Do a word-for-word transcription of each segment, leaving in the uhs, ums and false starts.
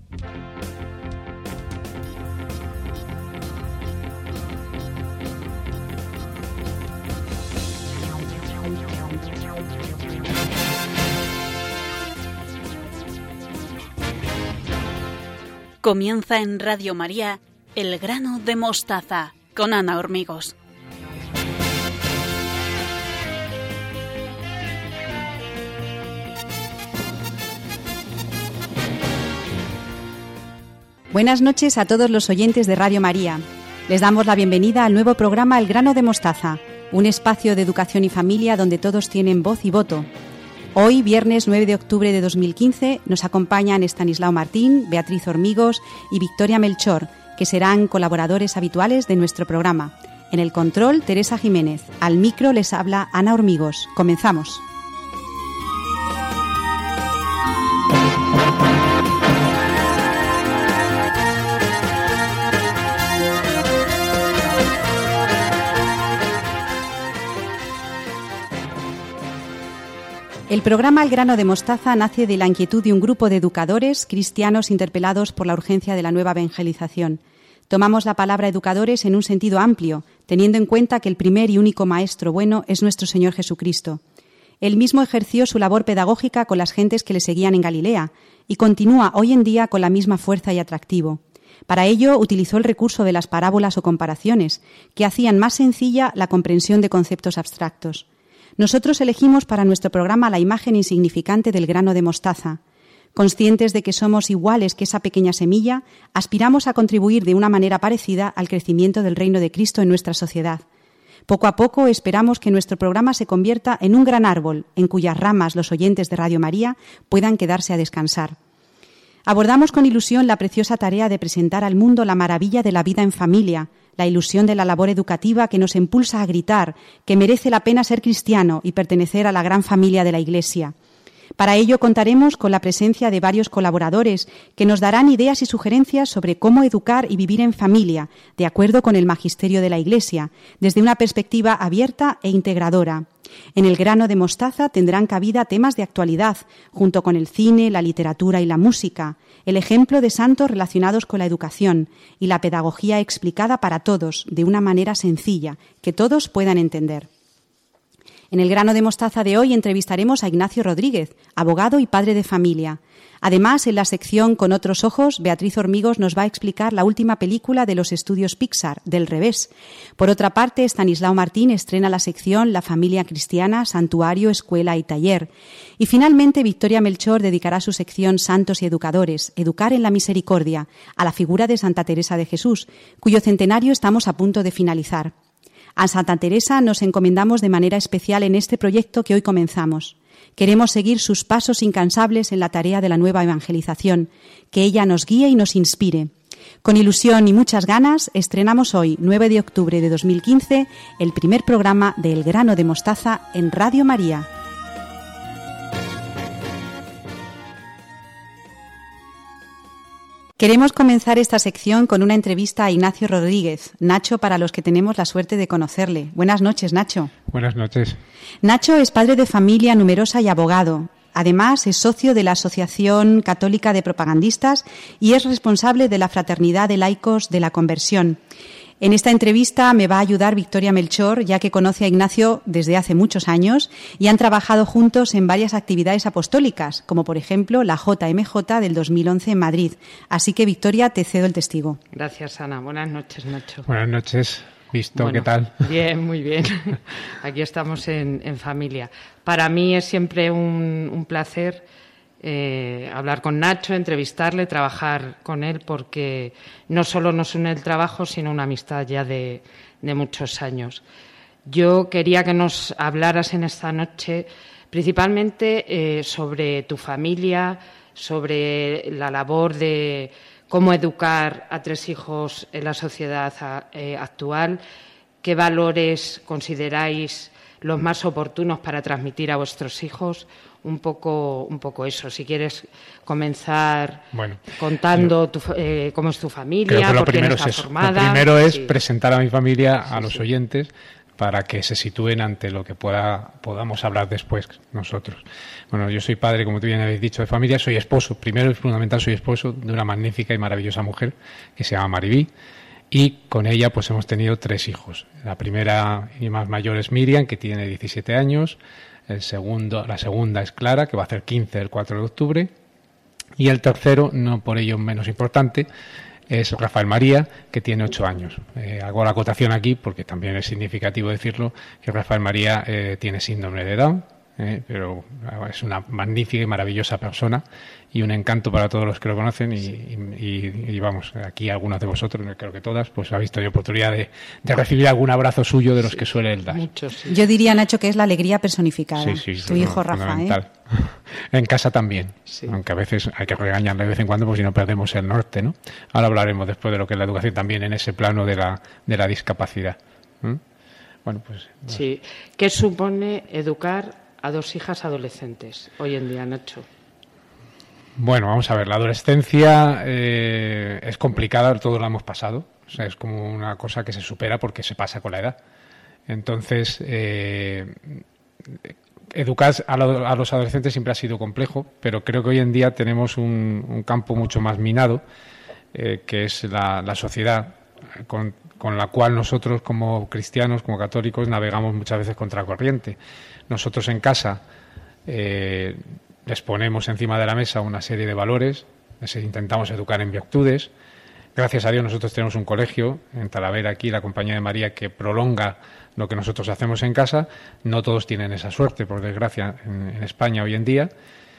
Comienza en Radio María El grano de mostaza con Ana Hormigos. Buenas noches a todos los oyentes de Radio María. Les damos la bienvenida al nuevo programa El grano de mostaza, un espacio de educación y familia donde todos tienen voz y voto. Hoy, viernes nueve de octubre de dos mil quince, nos acompañan Estanislao Martín, Beatriz Hormigos y Victoria Melchor, que serán colaboradores habituales de nuestro programa. En el control, Teresa Jiménez. Al micro les habla Ana Hormigos. Comenzamos. El programa El grano de mostaza nace de la inquietud de un grupo de educadores cristianos interpelados por la urgencia de la nueva evangelización. Tomamos la palabra educadores en un sentido amplio, teniendo en cuenta que el primer y único maestro bueno es nuestro Señor Jesucristo. Él mismo ejerció su labor pedagógica con las gentes que le seguían en Galilea y continúa hoy en día con la misma fuerza y atractivo. Para ello utilizó el recurso de las parábolas o comparaciones, que hacían más sencilla la comprensión de conceptos abstractos. Nosotros elegimos para nuestro programa la imagen insignificante del grano de mostaza. Conscientes de que somos iguales que esa pequeña semilla, aspiramos a contribuir de una manera parecida al crecimiento del reino de Cristo en nuestra sociedad. Poco a poco esperamos que nuestro programa se convierta en un gran árbol, en cuyas ramas los oyentes de Radio María puedan quedarse a descansar. Abordamos con ilusión la preciosa tarea de presentar al mundo la maravilla de la vida en familia, la ilusión de la labor educativa que nos impulsa a gritar que merece la pena ser cristiano y pertenecer a la gran familia de la Iglesia. Para ello contaremos con la presencia de varios colaboradores que nos darán ideas y sugerencias sobre cómo educar y vivir en familia, de acuerdo con el magisterio de la Iglesia, desde una perspectiva abierta e integradora. En el grano de mostaza tendrán cabida temas de actualidad, junto con el cine, la literatura y la música, el ejemplo de santos relacionados con la educación y la pedagogía explicada para todos, de una manera sencilla, que todos puedan entender. En el grano de mostaza de hoy entrevistaremos a Ignacio Rodríguez, abogado y padre de familia. Además, en la sección Con otros ojos, Beatriz Hormigos nos va a explicar la última película de los estudios Pixar, Del revés. Por otra parte, Estanislao Martín estrena la sección La familia cristiana, santuario, escuela y taller. Y finalmente, Victoria Melchor dedicará su sección Santos y educadores, Educar en la misericordia, a la figura de Santa Teresa de Jesús, cuyo centenario estamos a punto de finalizar. A Santa Teresa nos encomendamos de manera especial en este proyecto que hoy comenzamos. Queremos seguir sus pasos incansables en la tarea de la nueva evangelización, que ella nos guíe y nos inspire. Con ilusión y muchas ganas, estrenamos hoy, nueve de octubre de dos mil quince, el primer programa de El grano de mostaza en Radio María. Queremos comenzar esta sección con una entrevista a Ignacio Rodríguez, Nacho para los que tenemos la suerte de conocerle. Buenas noches, Nacho. Buenas noches. Nacho es padre de familia numerosa y abogado. Además, es socio de la Asociación Católica de Propagandistas y es responsable de la Fraternidad de Laicos de la Conversión. En esta entrevista me va a ayudar Victoria Melchor, ya que conoce a Ignacio desde hace muchos años y han trabajado juntos en varias actividades apostólicas, como por ejemplo la J M J del dos mil once en Madrid. Así que, Victoria, te cedo el testigo. Gracias, Ana. Buenas noches, Nacho. Buenas noches. Visto, bueno, ¿qué tal? Bien, muy bien. Aquí estamos en, en familia. Para mí es siempre un, un placer Eh, hablar con Nacho, entrevistarle, trabajar con él, porque no solo nos une el trabajo, sino una amistad ya de, de muchos años. Yo quería que nos hablaras en esta noche principalmente eh, sobre tu familia, sobre la labor de cómo educar a tres hijos en la sociedad eh, actual, qué valores consideráis los más oportunos para transmitir a vuestros hijos. Un poco, un poco eso. Si quieres comenzar bueno, contando yo, tu, eh, cómo es tu familia, creo que lo por quién primero está es eso. formada. Lo primero es sí. presentar a mi familia, a sí, los sí. oyentes, para que se sitúen ante lo que pueda podamos hablar después nosotros. Bueno, yo soy padre, como tú bien habéis dicho, de familia, soy esposo, primero y fundamental soy esposo de una magnífica y maravillosa mujer que se llama Maribí, y con ella pues hemos tenido tres hijos. La primera y más mayor es Miriam, que tiene diecisiete años, el segundo, la segunda es Clara, que va a hacer quince el cuatro de octubre, y el tercero, no por ello menos importante, es Rafael María, que tiene ocho años. Eh, hago la acotación aquí porque también es significativo decirlo, que Rafael María eh, tiene síndrome de Down, eh, pero es una magnífica y maravillosa persona y un encanto para todos los que lo conocen y, y, y, y vamos, aquí algunos de vosotros, creo que todas, pues habéis tenido oportunidad de, de recibir algún abrazo suyo de los sí, que suele él dar. Muchos, sí. Yo diría, Nacho, que es la alegría personificada. Sí, sí, tu hijo Rafa, ¿eh? En casa también, sí. Aunque a veces hay que regañarle de vez en cuando porque si no perdemos el norte, ¿no? Ahora hablaremos después de lo que es la educación también en ese plano de la, de la discapacidad. ¿Mm? Bueno, pues... Bueno. Sí. ¿Qué supone educar a dos hijas adolescentes hoy en día, Nacho? Bueno, vamos a ver, la adolescencia eh, es complicada, todos la hemos pasado, o sea, es como una cosa que se supera porque se pasa con la edad. Entonces, eh, educar a, lo, a los adolescentes siempre ha sido complejo, pero creo que hoy en día tenemos un, un campo mucho más minado, eh, que es la, la sociedad, con, con la cual nosotros como cristianos, como católicos, navegamos muchas veces contracorriente. Nosotros en casa eh, les ponemos encima de la mesa una serie de valores, les intentamos educar en virtudes. Gracias a Dios nosotros tenemos un colegio en Talavera, aquí la Compañía de María, que prolonga lo que nosotros hacemos en casa. No todos tienen esa suerte, por desgracia, en, en España hoy en día,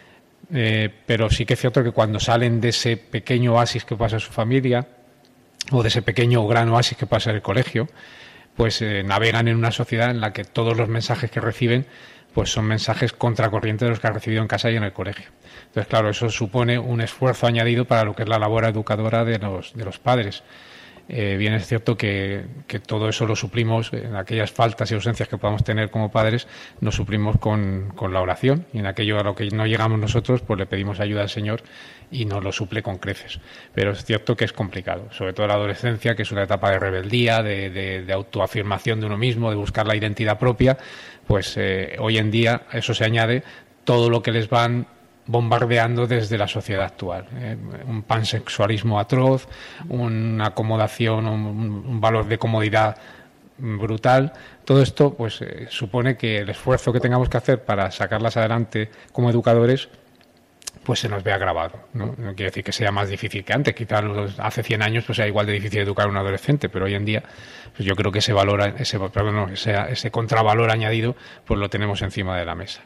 eh, pero sí que es cierto que cuando salen de ese pequeño oasis que pasa su familia, o de ese pequeño o gran oasis que pasa el colegio, pues eh, navegan en una sociedad en la que todos los mensajes que reciben pues son mensajes contracorriente de los que han recibido en casa y en el colegio. Entonces, claro, eso supone un esfuerzo añadido para lo que es la labor educadora de los, de los padres. Eh, bien es cierto que, que todo eso lo suplimos, en aquellas faltas y ausencias que podamos tener como padres, nos suplimos con, con la oración, y en aquello a lo que no llegamos nosotros, pues le pedimos ayuda al Señor y nos lo suple con creces. Pero es cierto que es complicado, sobre todo la adolescencia, que es una etapa de rebeldía, de, de, de autoafirmación de uno mismo, de buscar la identidad propia, pues eh, hoy en día eso se añade todo lo que les van bombardeando desde la sociedad actual. Eh, un pansexualismo atroz, una acomodación, un, un valor de comodidad brutal. Todo esto pues eh, supone que el esfuerzo que tengamos que hacer para sacarlas adelante como educadores pues se nos ve agravado, ¿no? No quiere decir que sea más difícil que antes, quizás hace cien años pues era igual de difícil educar a un adolescente, pero hoy en día pues yo creo que ese valor, ese, perdón, no, ese, ese contravalor añadido pues lo tenemos encima de la mesa.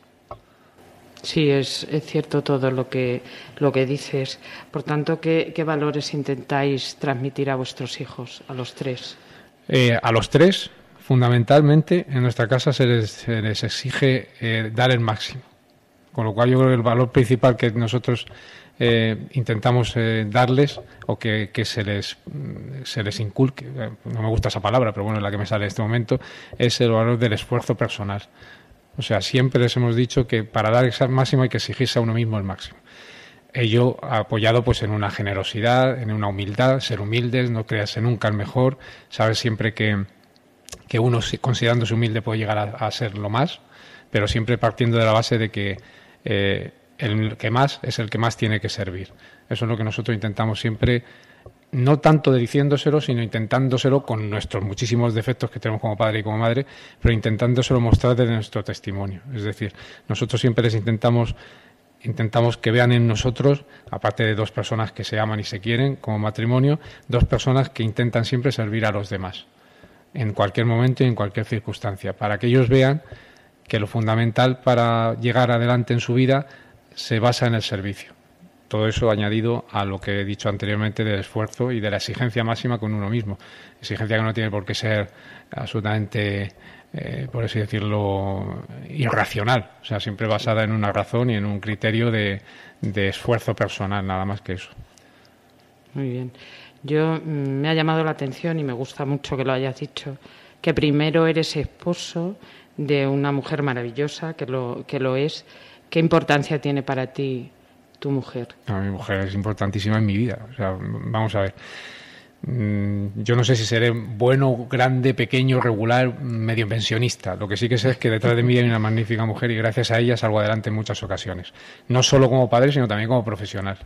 Sí, es, es cierto todo lo que, lo que dices. Por tanto, ¿qué, qué valores intentáis transmitir a vuestros hijos, a los tres? Eh, a los tres, fundamentalmente, en nuestra casa se les, se les exige eh, dar el máximo. Con lo cual yo creo que el valor principal que nosotros eh, intentamos eh, darles, o que, que se les se les inculque, no me gusta esa palabra, pero bueno, es la que me sale en este momento, es el valor del esfuerzo personal. O sea, siempre les hemos dicho que para dar el máximo hay que exigirse a uno mismo el máximo. Ello apoyado pues en una generosidad, en una humildad, ser humildes, no creerse nunca el mejor, saber siempre que, que uno, considerándose humilde, puede llegar a, a ser lo más, pero siempre partiendo de la base de que eh, el que más es el que más tiene que servir. Eso es lo que nosotros intentamos siempre, no tanto diciéndoselo, sino intentándoselo con nuestros muchísimos defectos que tenemos como padre y como madre, pero intentándoselo mostrar desde nuestro testimonio. Es decir, nosotros siempre les intentamos intentamos que vean en nosotros, aparte de dos personas que se aman y se quieren como matrimonio, dos personas que intentan siempre servir a los demás, en cualquier momento y en cualquier circunstancia, para que ellos vean que lo fundamental para llegar adelante en su vida se basa en el servicio. Todo eso añadido a lo que he dicho anteriormente del esfuerzo y de la exigencia máxima con uno mismo. Exigencia que no tiene por qué ser absolutamente, eh, por así decirlo, irracional. O sea, siempre basada en una razón y en un criterio de, de esfuerzo personal, nada más que eso. Muy bien. Yo me ha llamado la atención y me gusta mucho que lo hayas dicho, que primero eres esposo de una mujer maravillosa, que lo, que lo es. ¿Qué importancia tiene para ti tu mujer? No, mi mujer es importantísima en mi vida. O sea, vamos a ver. Yo no sé si seré bueno, grande, pequeño, regular, medio pensionista. Lo que sí que sé es que detrás de mí hay una magnífica mujer y gracias a ella salgo adelante en muchas ocasiones. No solo como padre, sino también como profesional.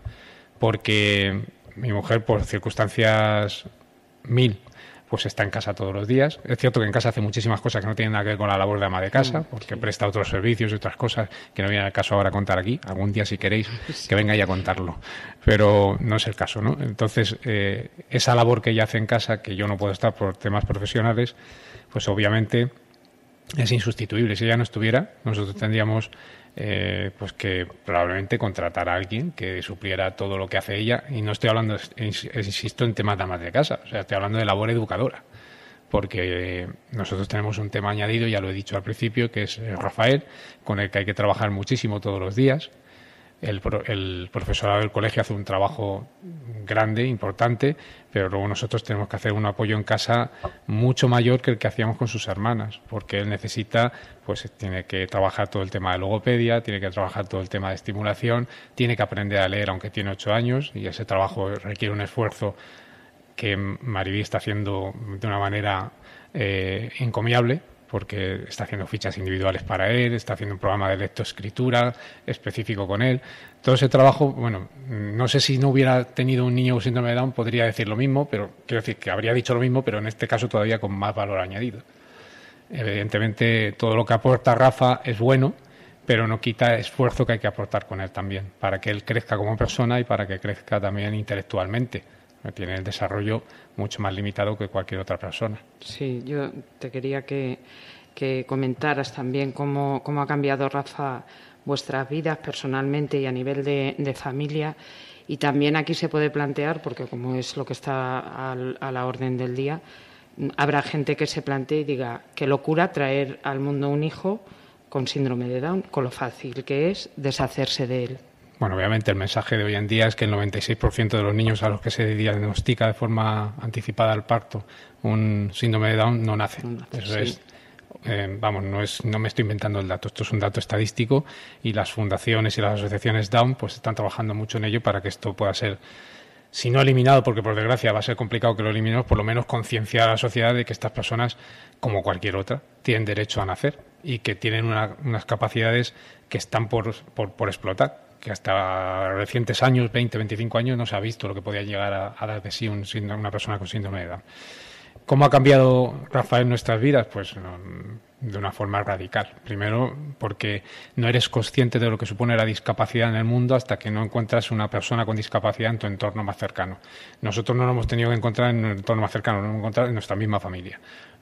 Porque mi mujer, por circunstancias mil, pues está en casa todos los días. Es cierto que en casa hace muchísimas cosas que no tienen nada que ver con la labor de ama de casa, porque sí. presta otros servicios y otras cosas que no viene al caso ahora contar aquí. Algún día, si queréis, que venga ella a contarlo. Pero no es el caso, ¿no? Entonces, eh, esa labor que ella hace en casa, que yo no puedo estar por temas profesionales, pues obviamente es insustituible. Si ella no estuviera, nosotros tendríamos eh, pues que probablemente contratar a alguien que supliera todo lo que hace ella. Y no estoy hablando, insisto, en temas de amas de casa, o sea, estoy hablando de labor educadora. Porque eh, nosotros tenemos un tema añadido, ya lo he dicho al principio, que es eh, Rafael, con el que hay que trabajar muchísimo todos los días. El, el profesorado del colegio hace un trabajo grande, importante, pero luego nosotros tenemos que hacer un apoyo en casa mucho mayor que el que hacíamos con sus hermanas, porque él necesita, pues tiene que trabajar todo el tema de logopedia, tiene que trabajar todo el tema de estimulación, tiene que aprender a leer aunque tiene ocho años y ese trabajo requiere un esfuerzo que Mariví está haciendo de una manera eh, encomiable, porque está haciendo fichas individuales para él, está haciendo un programa de lectoescritura específico con él. Todo ese trabajo, bueno, no sé si no hubiera tenido un niño con síndrome de Down podría decir lo mismo, pero quiero decir que habría dicho lo mismo, pero en este caso todavía con más valor añadido. Evidentemente, todo lo que aporta Rafa es bueno, pero no quita esfuerzo que hay que aportar con él también, para que él crezca como persona y para que crezca también intelectualmente. Tiene el desarrollo mucho más limitado que cualquier otra persona. Sí, yo te quería que, que comentaras también cómo, cómo ha cambiado, Rafa, vuestras vidas personalmente y a nivel de, de familia. Y también aquí se puede plantear, porque como es lo que está al, a la orden del día, habrá gente que se plantee y diga qué locura traer al mundo un hijo con síndrome de Down, con lo fácil que es deshacerse de él. Bueno, obviamente el mensaje de hoy en día es que el noventa y seis por ciento de los niños a los que se diagnostica de forma anticipada al parto un síndrome de Down no nacen. Eso sí. es, eh, vamos, no es, no me estoy inventando el dato. Esto es un dato estadístico y las fundaciones y las asociaciones Down pues están trabajando mucho en ello para que esto pueda ser, si no eliminado, porque por desgracia va a ser complicado que lo eliminemos, por lo menos concienciar a la sociedad de que estas personas, como cualquier otra, tienen derecho a nacer y que tienen una, unas capacidades que están por, por, por explotar. Que hasta recientes años, veinte, veinticinco años, no se ha visto lo que podía llegar a, a dar de sí un, una persona con síndrome de Down. ¿Cómo ha cambiado Rafael nuestras vidas? Pues no, de una forma radical. Primero, porque no eres consciente de lo que supone la discapacidad en el mundo hasta que no encuentras una persona con discapacidad en tu entorno más cercano. Nosotros no lo hemos tenido que encontrar en el entorno más cercano, lo hemos encontrado en nuestra misma familia.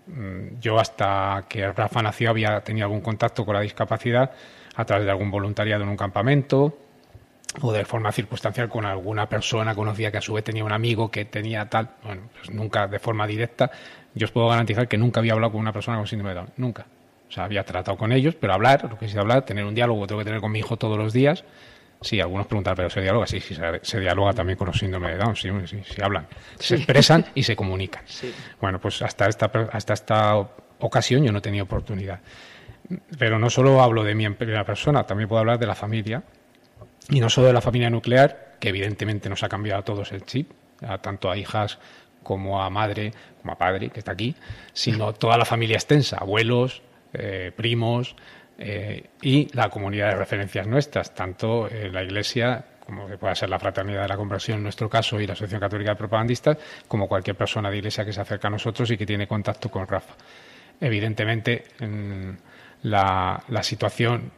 Yo hasta que Rafa nació había tenido algún contacto con la discapacidad a través de algún voluntariado en un campamento, o de forma circunstancial con alguna persona conocida que a su vez tenía un amigo que tenía tal, bueno, pues nunca de forma directa. Yo os puedo garantizar que nunca había hablado con una persona con síndrome de Down, nunca. O sea, había tratado con ellos, pero hablar, lo que es hablar, tener un diálogo, tengo que tener con mi hijo todos los días. Sí, algunos preguntan, pero ¿se dialoga? Sí, sí, se, se dialoga también con los síndromes de Down, sí, sí, sí hablan, sí. Se expresan y se comunican. Sí. Bueno, pues hasta esta, hasta esta ocasión yo no tenía oportunidad. Pero no solo hablo de mí en primera persona, también puedo hablar de la familia. Y no solo de la familia nuclear, que evidentemente nos ha cambiado a todos el chip, a tanto a hijas como a madre, como a padre, que está aquí, sino toda la familia extensa, abuelos, eh, primos eh, y la comunidad de referencias nuestras, tanto eh, la Iglesia, como que pueda ser la Fraternidad de la Conversión en nuestro caso y la Asociación Católica de Propagandistas, como cualquier persona de Iglesia que se acerca a nosotros y que tiene contacto con Rafa. Evidentemente, en la, la situación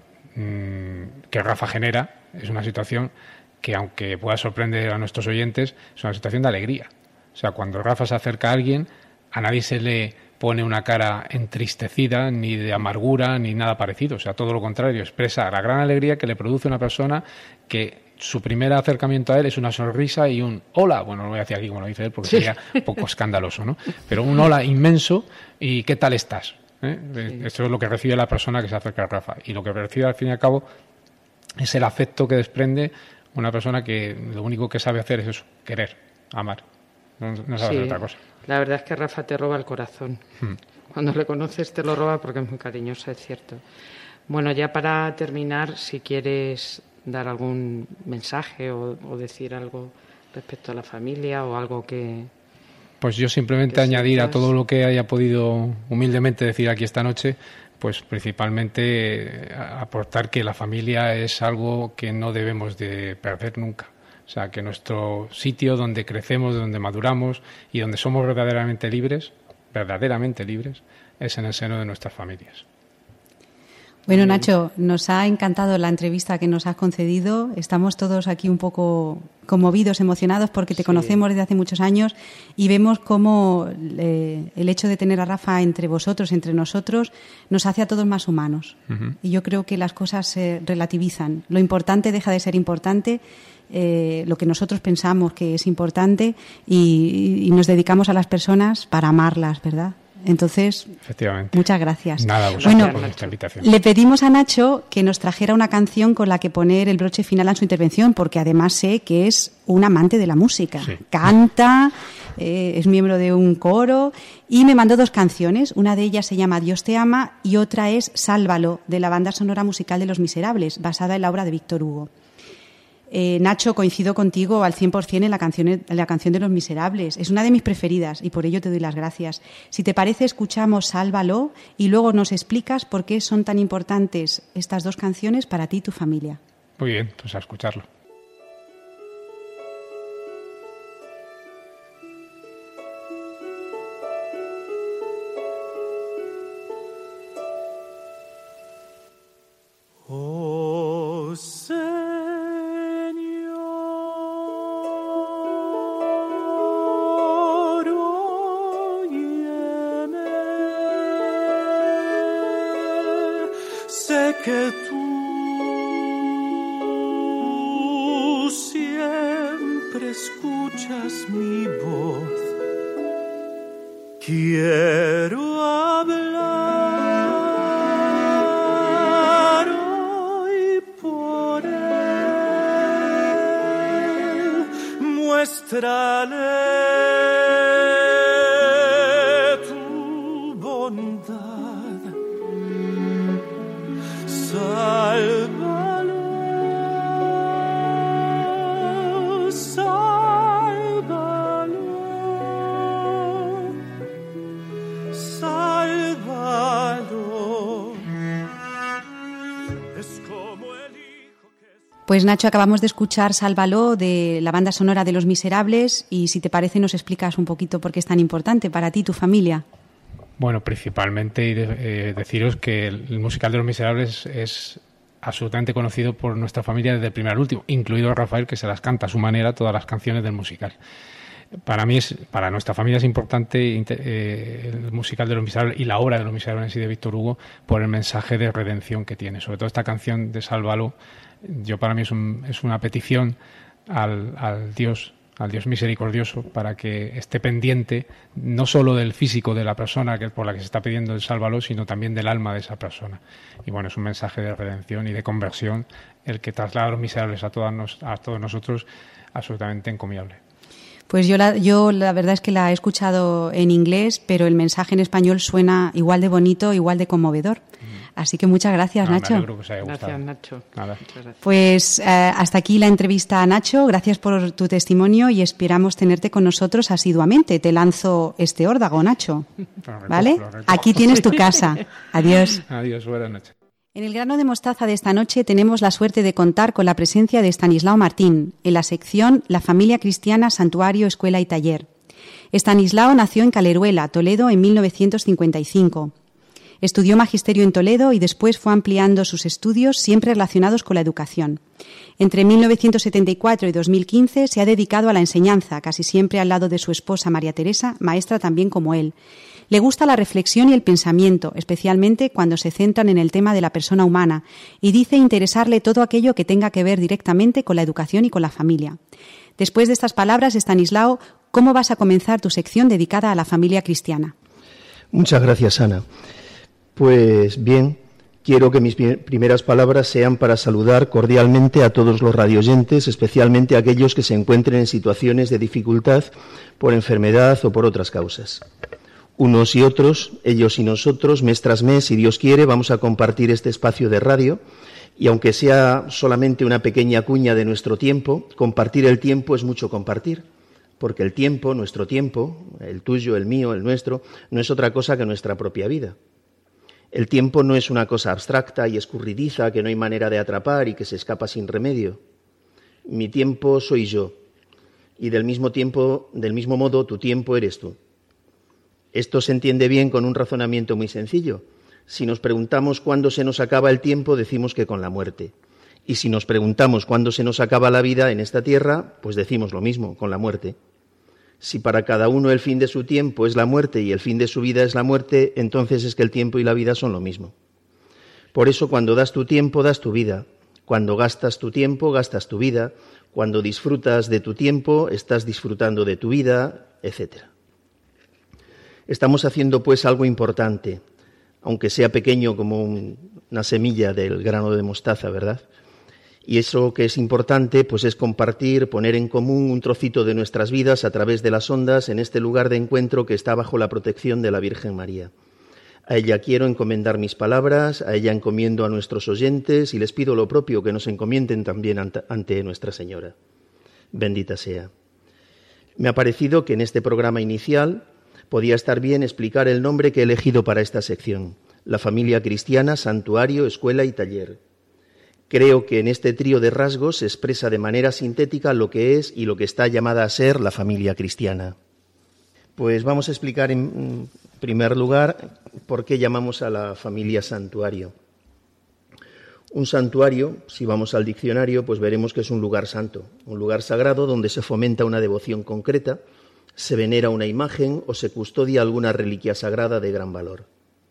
que Rafa genera es una situación que, aunque pueda sorprender a nuestros oyentes, es una situación de alegría. O sea, cuando Rafa se acerca a alguien, a nadie se le pone una cara entristecida, ni de amargura, ni nada parecido. O sea, todo lo contrario, expresa la gran alegría que le produce una persona que su primer acercamiento a él es una sonrisa y un hola. Bueno, no voy a decir aquí como lo dice él porque sí. sería un poco escandaloso, ¿no? Pero un hola inmenso y ¿qué tal estás? ¿Eh? Sí. Esto es lo que recibe la persona que se acerca a Rafa. Y lo que recibe al fin y al cabo es el afecto que desprende una persona que lo único que sabe hacer es eso, querer, amar. No, no sabe sí, hacer otra cosa. La verdad es que Rafa te roba el corazón. Hmm. Cuando le conoces te lo roba porque es muy cariñoso, es cierto. Bueno, ya para terminar, si quieres dar algún mensaje o, o decir algo respecto a la familia o algo que, Pues yo simplemente añadir a todo lo que haya podido humildemente decir aquí esta noche, pues principalmente aportar que la familia es algo que no debemos de perder nunca. O sea, que nuestro sitio donde crecemos, donde maduramos y donde somos verdaderamente libres, verdaderamente libres, es en el seno de nuestras familias. Bueno, Nacho, nos ha encantado la entrevista que nos has concedido. Estamos todos aquí un poco conmovidos, emocionados, porque te sí. conocemos desde hace muchos años y vemos cómo eh, el hecho de tener a Rafa entre vosotros, entre nosotros, nos hace a todos más humanos. Uh-huh. Y yo creo que las cosas se relativizan. Lo importante deja de ser importante, eh, lo que nosotros pensamos que es importante, y, y nos dedicamos a las personas para amarlas, ¿verdad? Entonces, efectivamente. Muchas gracias. Nada, bueno, por esta invitación. Le pedimos a Nacho que nos trajera una canción con la que poner el broche final a su intervención, porque además sé que es un amante de la música. Sí. Canta, eh, es miembro de un coro y me mandó dos canciones. Una de ellas se llama Dios te ama y otra es Sálvalo, de la banda sonora musical de Los Miserables, basada en la obra de Víctor Hugo. Eh, Nacho, coincido contigo al cien por cien en la canción, en la canción de Los Miserables. Es una de mis preferidas y por ello te doy las gracias. Si te parece, escuchamos Sálvalo y luego nos explicas por qué son tan importantes estas dos canciones para ti y tu familia. Muy bien, pues a escucharlo. Oh, Señor, sé que tú siempre escuchas mi voz. Quiero hablar hoy por él. Muéstrale tu bondad. Sálvalo, sálvalo, sálvalo. Es como el hijo que... Pues Nacho, acabamos de escuchar Sálvalo de la banda sonora de Los Miserables y si te parece nos explicas un poquito por qué es tan importante para ti y tu familia. Bueno, principalmente eh, deciros que el musical de Los Miserables es absolutamente conocido por nuestra familia desde el primer al último, incluido Rafael, que se las canta a su manera todas las canciones del musical. Para mí, es, para nuestra familia es importante eh, el musical de Los Miserables y la obra de Los Miserables en sí de Víctor Hugo por el mensaje de redención que tiene. Sobre todo esta canción de Sálvalo, yo para mí es, un, es una petición al, al Dios al Dios misericordioso para que esté pendiente no solo del físico de la persona que por la que se está pidiendo el sálvalo, sino también del alma de esa persona. Y bueno, es un mensaje de redención y de conversión el que traslada a Los Miserables a, todas nos, a todos nosotros, absolutamente encomiable. Pues yo la, yo la verdad es que la he escuchado en inglés, pero el mensaje en español suena igual de bonito, igual de conmovedor. Así que muchas gracias, no, Nacho. Me alegro que os haya gustado. Gracias, Nacho. Nada. Gracias. Pues eh, hasta aquí la entrevista a Nacho. Gracias por tu testimonio y esperamos tenerte con nosotros asiduamente. Te lanzo este órdago, Nacho. ¿Vale? Aquí tienes tu casa. Adiós. Adiós, buenas noches. En el grano de mostaza de esta noche tenemos la suerte de contar con la presencia de Estanislao Martín en la sección La familia cristiana, santuario, escuela y taller. Estanislao nació en Caleruela, Toledo, en mil novecientos cincuenta y cinco. Estudió magisterio en Toledo y después fue ampliando sus estudios siempre relacionados con la educación. Entre mil novecientos setenta y cuatro y dos mil quince se ha dedicado a la enseñanza, casi siempre al lado de su esposa María Teresa, maestra también como él. Le gusta la reflexión y el pensamiento, especialmente cuando se centran en el tema de la persona humana, y dice interesarle todo aquello que tenga que ver directamente con la educación y con la familia. Después de estas palabras, Estanislao, ¿cómo vas a comenzar tu sección dedicada a la familia cristiana? Muchas gracias, Ana. Pues bien, quiero que mis primeras palabras sean para saludar cordialmente a todos los radioyentes, especialmente a aquellos que se encuentren en situaciones de dificultad por enfermedad o por otras causas. Unos y otros, ellos y nosotros, mes tras mes, si Dios quiere, vamos a compartir este espacio de radio y aunque sea solamente una pequeña cuña de nuestro tiempo, compartir el tiempo es mucho compartir. porque el tiempo, nuestro tiempo, el tuyo, el mío, el nuestro, no es otra cosa que nuestra propia vida. El tiempo no es una cosa abstracta y escurridiza que no hay manera de atrapar y que se escapa sin remedio. Mi tiempo soy yo, y del mismo tiempo, del mismo modo, tu tiempo eres tú. Esto se entiende bien con un razonamiento muy sencillo. Si nos preguntamos cuándo se nos acaba el tiempo, decimos que con la muerte. Y si nos preguntamos cuándo se nos acaba la vida en esta tierra, pues decimos lo mismo, con la muerte. Si para cada uno el fin de su tiempo es la muerte y el fin de su vida es la muerte, entonces es que el tiempo y la vida son lo mismo. Por eso, cuando das tu tiempo, das tu vida. Cuando gastas tu tiempo, gastas tu vida. Cuando disfrutas de tu tiempo, estás disfrutando de tu vida, etcétera. Estamos haciendo, pues, algo importante, aunque sea pequeño como un, una semilla del grano de mostaza, ¿verdad? Y eso que es importante, pues es compartir, poner en común un trocito de nuestras vidas a través de las ondas en este lugar de encuentro que está bajo la protección de la Virgen María. A ella quiero encomendar mis palabras, a ella encomiendo a nuestros oyentes y les pido lo propio, que nos encomienden también ante, ante Nuestra Señora. Bendita sea. Me ha parecido que en este programa inicial podía estar bien explicar el nombre que he elegido para esta sección: la familia cristiana, santuario, escuela y taller. Creo que en este trío de rasgos se expresa de manera sintética lo que es y lo que está llamada a ser la familia cristiana. Pues vamos a explicar en primer lugar por qué llamamos a la familia santuario. Un santuario, si vamos al diccionario, pues veremos que es un lugar santo, un lugar sagrado donde se fomenta una devoción concreta, se venera una imagen o se custodia alguna reliquia sagrada de gran valor.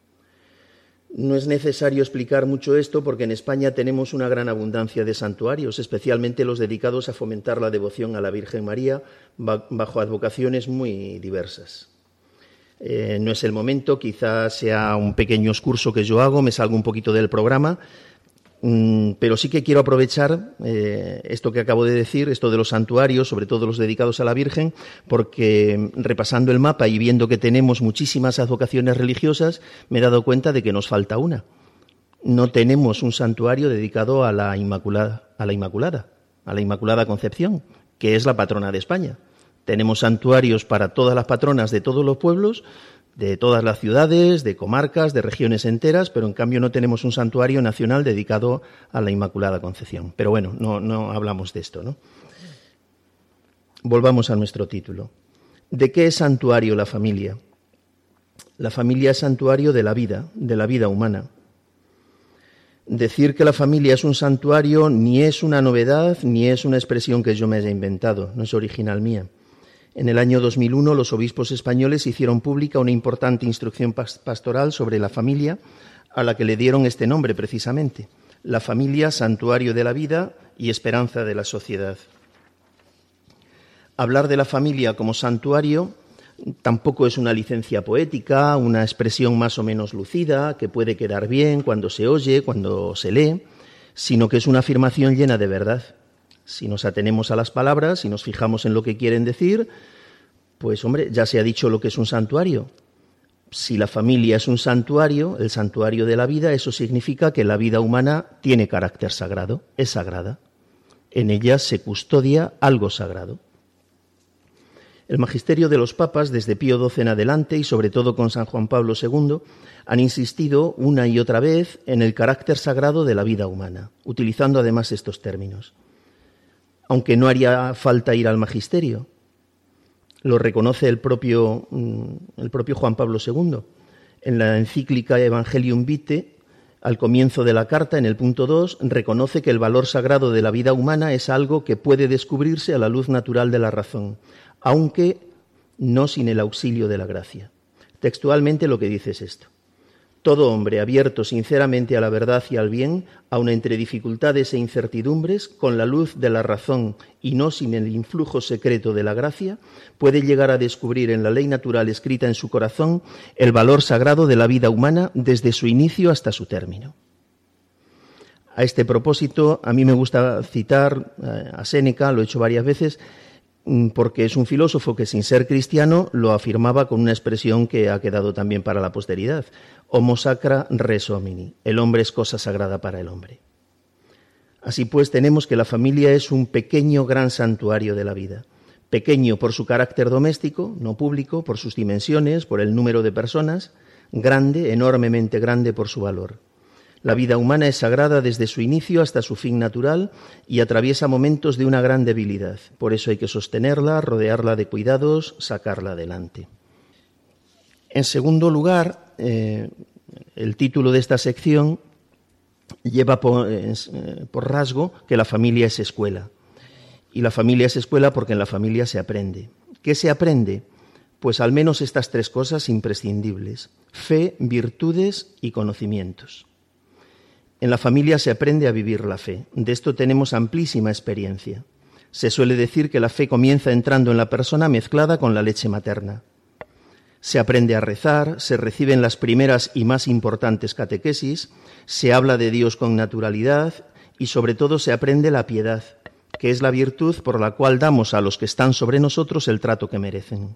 No es necesario explicar mucho esto porque en España tenemos una gran abundancia de santuarios, especialmente los dedicados a fomentar la devoción a la Virgen María bajo advocaciones muy diversas. Eh, no es el momento, quizás sea un pequeño excurso que yo hago, me salgo un poquito del programa, mmm, pero sí que quiero aprovechar eh, esto que acabo de decir, esto de los santuarios, sobre todo los dedicados a la Virgen, porque repasando el mapa y viendo que tenemos muchísimas advocaciones religiosas, me he dado cuenta de que nos falta una. No tenemos un santuario dedicado a la Inmaculada, a la Inmaculada, a la Inmaculada Concepción, que es la patrona de España. Tenemos santuarios para todas las patronas de todos los pueblos, de todas las ciudades, de comarcas, de regiones enteras, pero en cambio no tenemos un santuario nacional dedicado a la Inmaculada Concepción. Pero bueno, no, no hablamos de esto, ¿no? Volvamos a nuestro título. ¿De qué es santuario la familia? La familia es santuario de la vida, de la vida humana. Decir que la familia es un santuario ni es una novedad, ni es una expresión que yo me haya inventado, no es original mía. En el año dos mil uno, los obispos españoles hicieron pública una importante instrucción pastoral sobre la familia, a la que le dieron este nombre precisamente: la familia, santuario de la vida y esperanza de la sociedad. Hablar de la familia como santuario tampoco es una licencia poética, una expresión más o menos lucida, que puede quedar bien cuando se oye, cuando se lee, sino que es una afirmación llena de verdad. Si nos atenemos a las palabras, si nos fijamos en lo que quieren decir, pues hombre, ya se ha dicho lo que es un santuario. Si la familia es un santuario, el santuario de la vida, eso significa que la vida humana tiene carácter sagrado, es sagrada. En ella se custodia algo sagrado. El magisterio de los papas, desde Pío doce en adelante y sobre todo con San Juan Pablo segundo, han insistido una y otra vez en el carácter sagrado de la vida humana, utilizando además estos términos. Aunque no haría falta ir al magisterio. Lo reconoce el propio, el propio Juan Pablo segundo. En la encíclica Evangelium Vitae, al comienzo de la carta, en el punto dos, reconoce que el valor sagrado de la vida humana es algo que puede descubrirse a la luz natural de la razón, aunque no sin el auxilio de la gracia. Textualmente lo que dice es esto: todo hombre abierto sinceramente a la verdad y al bien, aun entre dificultades e incertidumbres, con la luz de la razón y no sin el influjo secreto de la gracia, puede llegar a descubrir en la ley natural escrita en su corazón el valor sagrado de la vida humana desde su inicio hasta su término. A este propósito, a mí me gusta citar a Séneca, lo he hecho varias veces, porque es un filósofo que, sin ser cristiano, lo afirmaba con una expresión que ha quedado también para la posteridad: homo sacra res homini, el hombre es cosa sagrada para el hombre. Así pues, tenemos que la familia es un pequeño gran santuario de la vida, Pequeño por su carácter doméstico, no público, por sus dimensiones, por el número de personas. Grande, enormemente grande por su valor. La vida humana es sagrada desde su inicio hasta su fin natural y atraviesa momentos de una gran debilidad. Por eso hay que sostenerla, rodearla de cuidados, sacarla adelante. En segundo lugar, eh, el título de esta sección lleva por, eh, por rasgo que la familia es escuela. Y la familia es escuela porque en la familia se aprende. ¿Qué se aprende? Pues al menos estas tres cosas imprescindibles: fe, virtudes y conocimientos. En la familia se aprende a vivir la fe. De esto tenemos amplísima experiencia. Se suele decir que la fe comienza entrando en la persona mezclada con la leche materna. Se aprende a rezar, se reciben las primeras y más importantes catequesis, se habla de Dios con naturalidad y sobre todo se aprende la piedad, que es la virtud por la cual damos a los que están sobre nosotros el trato que merecen.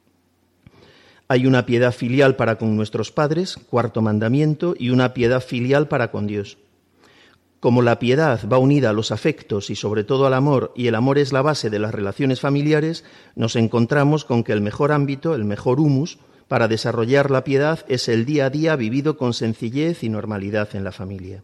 Hay una piedad filial para con nuestros padres, cuarto mandamiento, y una piedad filial para con Dios. Como la piedad va unida a los afectos y sobre todo al amor, y el amor es la base de las relaciones familiares, nos encontramos con que el mejor ámbito, el mejor humus, para desarrollar la piedad es el día a día vivido con sencillez y normalidad en la familia.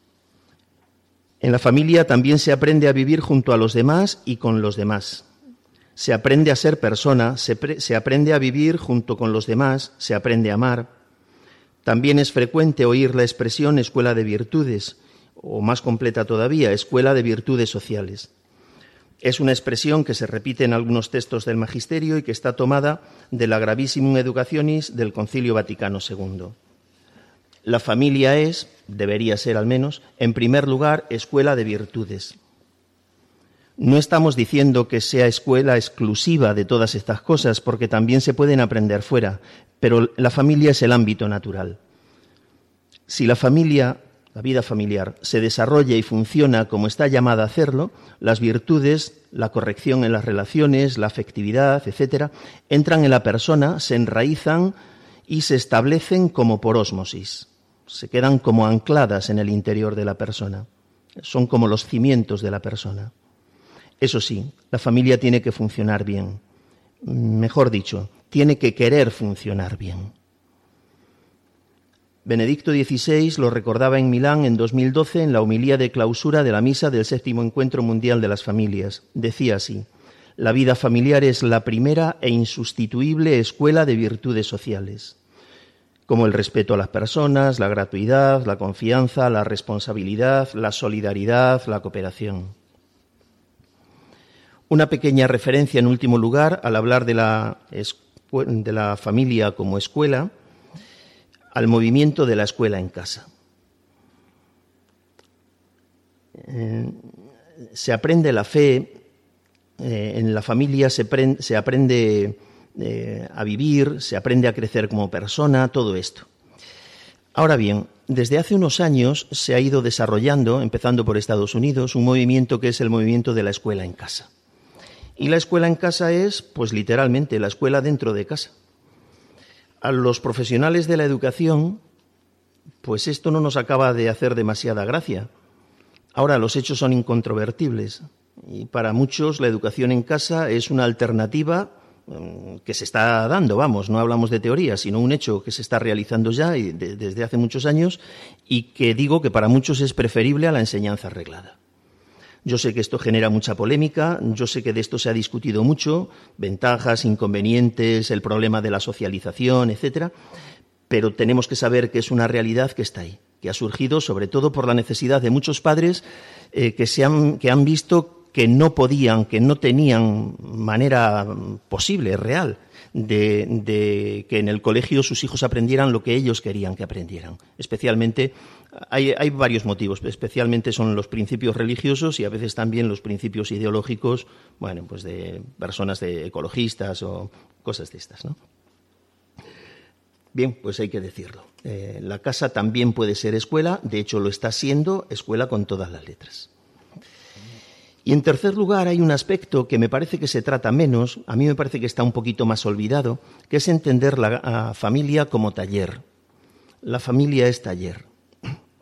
En la familia también se aprende a vivir junto a los demás y con los demás. Se aprende a ser persona, se, pre- se aprende a vivir junto con los demás, se aprende a amar. También es frecuente oír la expresión escuela de virtudes, o más completa todavía, escuela de virtudes sociales. Es una expresión que se repite en algunos textos del Magisterio y que está tomada de la Gravissimum Educationis del Concilio Vaticano segundo. La familia es, debería ser al menos, en primer lugar, escuela de virtudes. No estamos diciendo que sea escuela exclusiva de todas estas cosas, porque también se pueden aprender fuera, pero la familia es el ámbito natural. Si la familia, la vida familiar, se desarrolla y funciona como está llamada a hacerlo, las virtudes, la corrección en las relaciones, la afectividad, etcétera, entran en la persona, se enraizan y se establecen como por ósmosis. Se quedan como ancladas en el interior de la persona. Son como los cimientos de la persona. Eso sí, la familia tiene que funcionar bien. Mejor dicho, tiene que querer funcionar bien. Benedicto dieciséis lo recordaba en Milán en dos mil doce en la homilía de clausura de la misa del séptimo Encuentro Mundial de las Familias. Decía así: la vida familiar es la primera e insustituible escuela de virtudes sociales, como el respeto a las personas, la gratuidad, la confianza, la responsabilidad, la solidaridad, la cooperación. Una pequeña referencia, en último lugar, al hablar de la, de la familia como escuela, al movimiento de la escuela en casa. Eh, se aprende la fe, eh, en la familia se, pre- se aprende eh, a vivir, se aprende a crecer como persona, todo esto. Ahora bien, desde hace unos años se ha ido desarrollando, empezando por Estados Unidos, un movimiento que es el movimiento de la escuela en casa. Y la escuela en casa es, pues literalmente, la escuela dentro de casa. A los profesionales de la educación, pues esto no nos acaba de hacer demasiada gracia. Ahora, los hechos son incontrovertibles y para muchos la educación en casa es una alternativa um, que se está dando, vamos, no hablamos de teoría, sino un hecho que se está realizando ya y de, desde hace muchos años y que digo que para muchos es preferible a la enseñanza reglada. Yo sé que esto genera mucha polémica, yo sé que de esto se ha discutido mucho, ventajas, inconvenientes, el problema de la socialización, etcétera, pero tenemos que saber que es una realidad que está ahí, que ha surgido sobre todo por la necesidad de muchos padres eh, que, se han, que han visto que no podían, que no tenían manera posible, real, de, de que en el colegio sus hijos aprendieran lo que ellos querían que aprendieran. Especialmente, hay, hay varios motivos, especialmente son los principios religiosos y a veces también los principios ideológicos, bueno, pues de personas de ecologistas o cosas de estas, ¿no? Bien, pues hay que decirlo. Eh, la casa también puede ser escuela, de hecho lo está siendo, escuela con todas las letras. Y en tercer lugar hay un aspecto que me parece que se trata menos, a mí me parece que está un poquito más olvidado, que es entender la familia como taller. La familia es taller.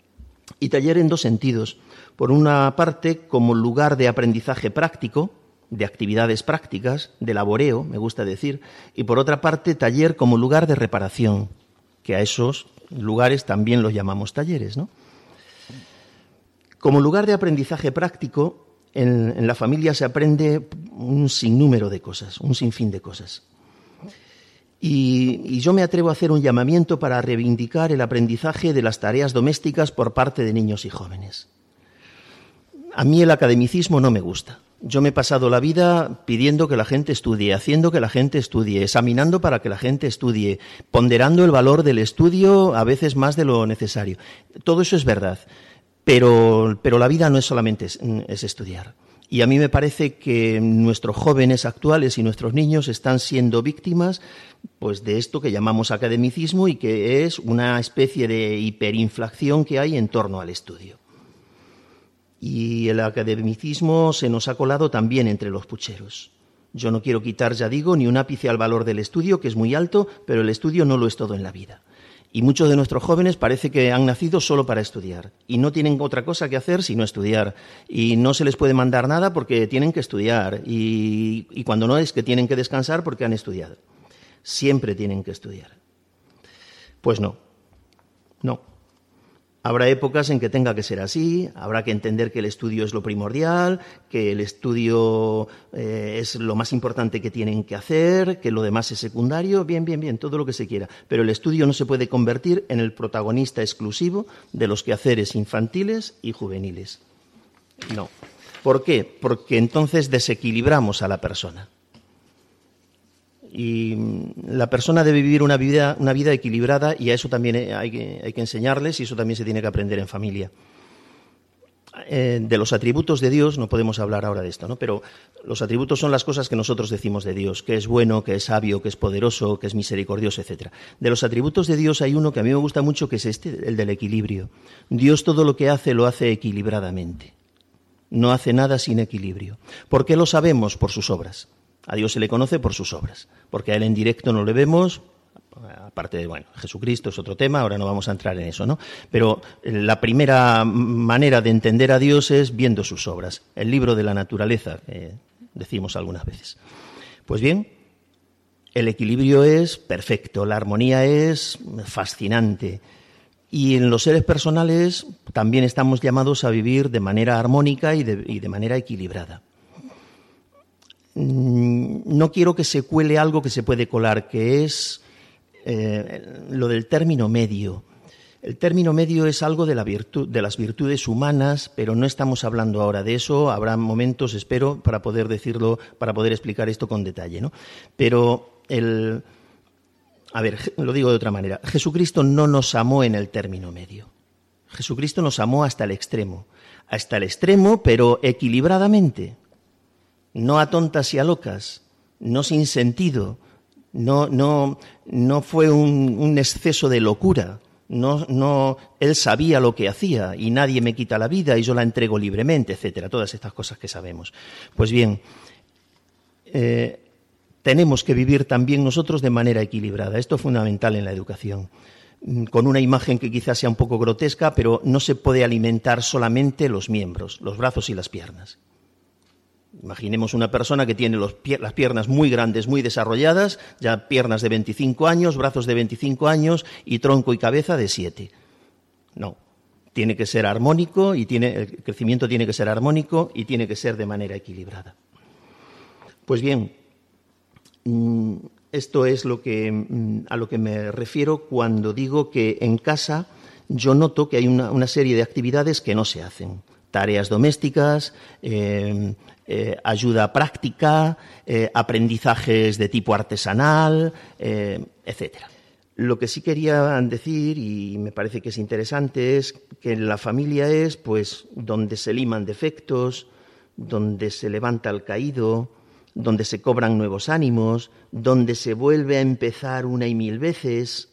Y taller en dos sentidos. Por una parte, como lugar de aprendizaje práctico, de actividades prácticas, de laboreo, me gusta decir, y por otra parte taller como lugar de reparación, que a esos lugares también los llamamos talleres, ¿no? Como lugar de aprendizaje práctico, en, en la familia se aprende un sinnúmero de cosas, un sinfín de cosas. Y, y yo me atrevo a hacer un llamamiento para reivindicar el aprendizaje de las tareas domésticas por parte de niños y jóvenes. A mí el academicismo no me gusta. Yo me he pasado la vida pidiendo que la gente estudie, haciendo que la gente estudie, examinando para que la gente estudie, ponderando el valor del estudio a veces más de lo necesario. Todo eso es verdad, pero, pero la vida no es solamente es, es estudiar. Y a mí me parece que nuestros jóvenes actuales y nuestros niños están siendo víctimas pues, de esto que llamamos academicismo y que es una especie de hiperinflación que hay en torno al estudio. Y el academicismo se nos ha colado también entre los pucheros. Yo no quiero quitar, ya digo, ni un ápice al valor del estudio, que es muy alto, pero el estudio no lo es todo en la vida. Y muchos de nuestros jóvenes parece que han nacido solo para estudiar y no tienen otra cosa que hacer sino estudiar. Y no se les puede mandar nada porque tienen que estudiar y, y cuando no es que tienen que descansar porque han estudiado. Siempre tienen que estudiar. Pues no, no. Habrá épocas en que tenga que ser así, habrá que entender que el estudio es lo primordial, que el estudio eh, es lo más importante que tienen que hacer, que lo demás es secundario, bien, bien, bien, todo lo que se quiera. Pero el estudio no se puede convertir en el protagonista exclusivo de los quehaceres infantiles y juveniles. No. ¿Por qué? Porque entonces desequilibramos a la persona. Y la persona debe vivir una vida, una vida equilibrada y a eso también hay que, hay que enseñarles y eso también se tiene que aprender en familia. Eh, de los atributos de Dios, no podemos hablar ahora de esto, ¿no? Pero los atributos son las cosas que nosotros decimos de Dios, que es bueno, que es sabio, que es poderoso, que es misericordioso, etcétera. De los atributos de Dios hay uno que a mí me gusta mucho, que es este, el del equilibrio. Dios todo lo que hace lo hace equilibradamente. No hace nada sin equilibrio. ¿Por qué lo sabemos? Por sus obras. A Dios se le conoce por sus obras, porque a Él en directo no le vemos, aparte de, bueno, Jesucristo es otro tema, ahora no vamos a entrar en eso, ¿no? Pero la primera manera de entender a Dios es viendo sus obras, el libro de la naturaleza, que decimos algunas veces. Pues bien, el equilibrio es perfecto, la armonía es fascinante, y en los seres personales también estamos llamados a vivir de manera armónica y de, y de manera equilibrada. No quiero que se cuele algo que se puede colar, que es eh, lo del término medio. El término medio es algo de, la virtud, de las virtudes humanas, pero no estamos hablando ahora de eso. Habrá momentos, espero, para poder decirlo, para poder explicar esto con detalle, ¿no? Pero el, a ver, lo digo de otra manera. Jesucristo no nos amó en el término medio. Jesucristo nos amó hasta el extremo, hasta el extremo, pero equilibradamente. No a tontas y a locas, no sin sentido, no, no, no fue un, un exceso de locura, no, no, él sabía lo que hacía y nadie me quita la vida y yo la entrego libremente, etcétera, todas estas cosas que sabemos. Pues bien, eh, tenemos que vivir también nosotros de manera equilibrada, esto es fundamental en la educación, con una imagen que quizás sea un poco grotesca, pero no se puede alimentar solamente los miembros, los brazos y las piernas. Imaginemos una persona que tiene los, las piernas muy grandes, muy desarrolladas, ya piernas de veinticinco años, brazos de veinticinco años y tronco y cabeza de siete. No, tiene que ser armónico y tiene, el crecimiento tiene que ser armónico y tiene que ser de manera equilibrada. Pues bien, esto es lo que, a lo que me refiero cuando digo que en casa yo noto que hay una, una serie de actividades que no se hacen. Tareas domésticas, eh, eh, ayuda práctica, eh, aprendizajes de tipo artesanal, eh, etcétera. Lo que sí quería decir, y me parece que es interesante, es que la familia es pues donde se liman defectos, donde se levanta el caído, donde se cobran nuevos ánimos, donde se vuelve a empezar una y mil veces.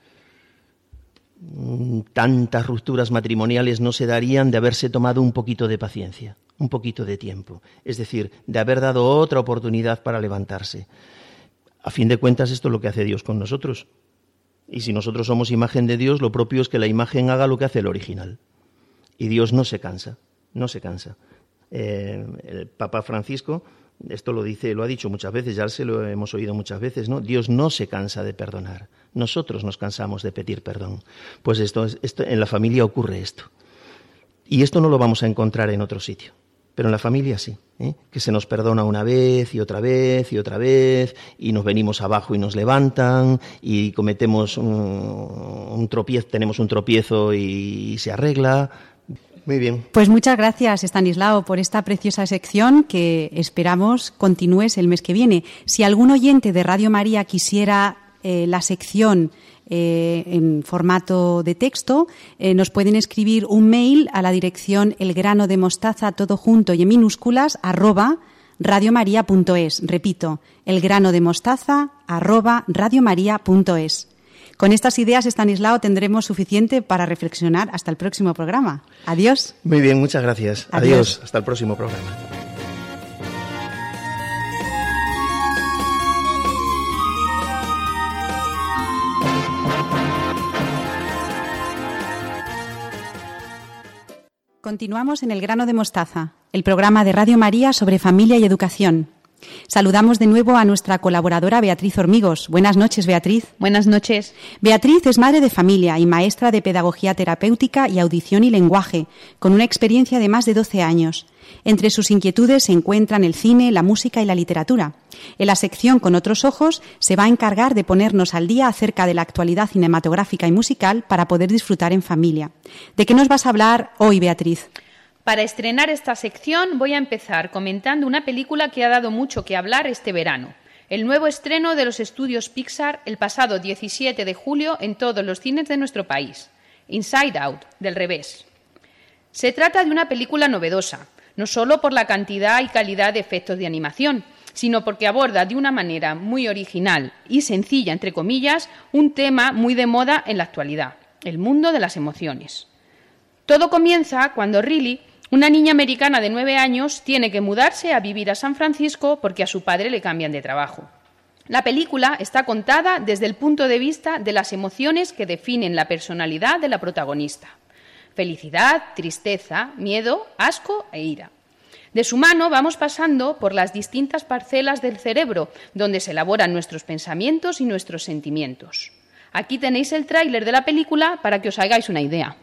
Tantas rupturas matrimoniales no se darían de haberse tomado un poquito de paciencia, un poquito de tiempo, es decir, de haber dado otra oportunidad para levantarse. A fin de cuentas, esto es lo que hace Dios con nosotros. Y si nosotros somos imagen de Dios, lo propio es que la imagen haga lo que hace el original. Y Dios no se cansa, no se cansa. Eh, el Papa Francisco Esto lo dice, lo ha dicho muchas veces, ya se lo hemos oído muchas veces, ¿no? Dios no se cansa de perdonar. Nosotros nos cansamos de pedir perdón. Pues esto, esto en la familia ocurre esto. Y esto no lo vamos a encontrar en otro sitio. Pero en la familia sí, ¿eh? Que se nos perdona una vez y otra vez y otra vez, y nos venimos abajo y nos levantan, y cometemos un, un tropiezo, tenemos un tropiezo y se arregla. Muy bien. Pues muchas gracias, Estanislao, por esta preciosa sección que esperamos continúes el mes que viene. Si algún oyente de Radio María quisiera eh, la sección Eh, en formato de texto, eh, nos pueden escribir un mail a la dirección elgranodemostaza, todo junto y en minúsculas, arroba radiomaria.es. Repito, elgranodemostaza, arroba radiomaria.es. Con estas ideas, Estanislao, tendremos suficiente para reflexionar hasta el próximo programa. Adiós. Muy bien, muchas gracias. Adiós. Adiós. Hasta el próximo programa. Continuamos en El Grano de Mostaza, el programa de Radio María sobre familia y educación. Saludamos de nuevo a nuestra colaboradora Beatriz Hormigos. Buenas noches, Beatriz. Buenas noches. Beatriz es madre de familia y maestra de Pedagogía Terapéutica y Audición y Lenguaje, con una experiencia de más de doce años. Entre sus inquietudes se encuentran el cine, la música y la literatura. En la sección Con otros ojos se va a encargar de ponernos al día acerca de la actualidad cinematográfica y musical para poder disfrutar en familia. ¿De qué nos vas a hablar hoy, Beatriz? Para estrenar esta sección voy a empezar comentando una película que ha dado mucho que hablar este verano. El nuevo estreno de los estudios Pixar el pasado diecisiete de julio en todos los cines de nuestro país. Inside Out, del revés. Se trata de una película novedosa, no solo por la cantidad y calidad de efectos de animación, sino porque aborda de una manera muy original y sencilla, entre comillas, un tema muy de moda en la actualidad, el mundo de las emociones. Todo comienza cuando Riley, una niña americana de nueve años, tiene que mudarse a vivir a San Francisco porque a su padre le cambian de trabajo. La película está contada desde el punto de vista de las emociones que definen la personalidad de la protagonista. Felicidad, tristeza, miedo, asco e ira. De su mano vamos pasando por las distintas parcelas del cerebro donde se elaboran nuestros pensamientos y nuestros sentimientos. Aquí tenéis el tráiler de la película para que os hagáis una idea.